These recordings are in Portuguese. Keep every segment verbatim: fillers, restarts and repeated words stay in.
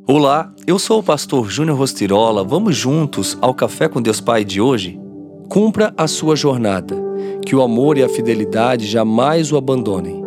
Olá, eu sou o pastor Júnior Rostirola. Vamos juntos ao Café com Deus Pai de hoje? Cumpra a sua jornada, que o amor e a fidelidade jamais o abandonem.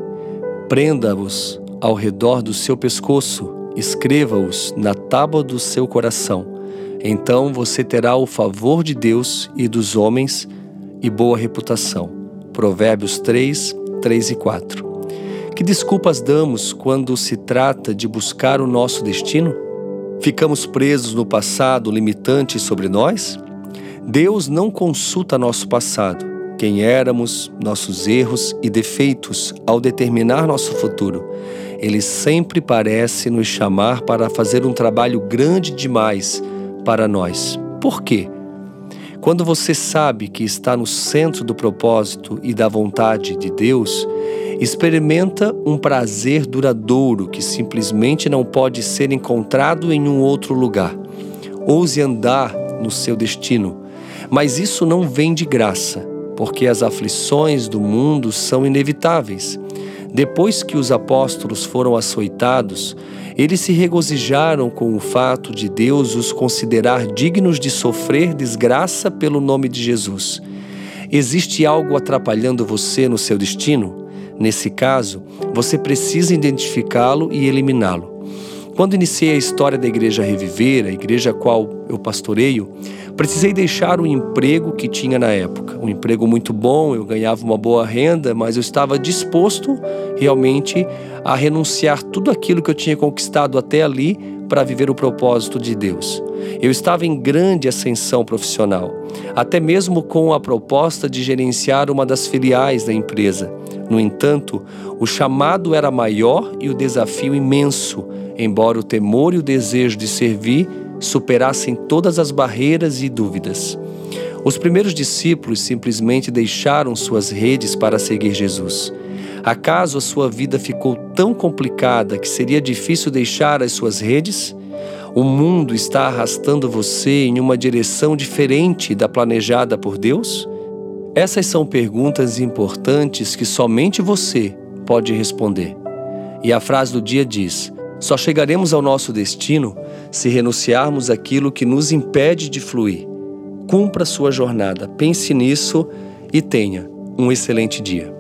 Prenda-os ao redor do seu pescoço, escreva-os na tábua do seu coração. Então você terá o favor de Deus e dos homens e boa reputação. Provérbios três, três e quatro. Que desculpas damos quando se trata de buscar o nosso destino? Ficamos presos no passado limitante sobre nós? Deus não consulta nosso passado, quem éramos, nossos erros e defeitos ao determinar nosso futuro. Ele sempre parece nos chamar para fazer um trabalho grande demais para nós. Por quê? Quando você sabe que está no centro do propósito e da vontade de Deus, experimenta um prazer duradouro que simplesmente não pode ser encontrado em um outro lugar. Ouse andar no seu destino, mas isso não vem de graça, porque as aflições do mundo são inevitáveis. Depois que os apóstolos foram açoitados, eles se regozijaram com o fato de Deus os considerar dignos de sofrer desgraça pelo nome de Jesus. Existe algo atrapalhando você no seu destino? Nesse caso, você precisa identificá-lo e eliminá-lo. Quando iniciei a história da Igreja Reviver, a igreja a qual eu pastoreio, precisei deixar o emprego que tinha na época. Um emprego muito bom, eu ganhava uma boa renda, mas eu estava disposto realmente a renunciar tudo aquilo que eu tinha conquistado até ali para viver o propósito de Deus. Eu estava em grande ascensão profissional, até mesmo com a proposta de gerenciar uma das filiais da empresa. No entanto, o chamado era maior e o desafio imenso, embora o temor e o desejo de servir superassem todas as barreiras e dúvidas. Os primeiros discípulos simplesmente deixaram suas redes para seguir Jesus. Acaso a sua vida ficou tão complicada que seria difícil deixar as suas redes? O mundo está arrastando você em uma direção diferente da planejada por Deus? Essas são perguntas importantes que somente você pode responder. E a frase do dia diz: só chegaremos ao nosso destino se renunciarmos àquilo que nos impede de fluir. Cumpra sua jornada, pense nisso e tenha um excelente dia.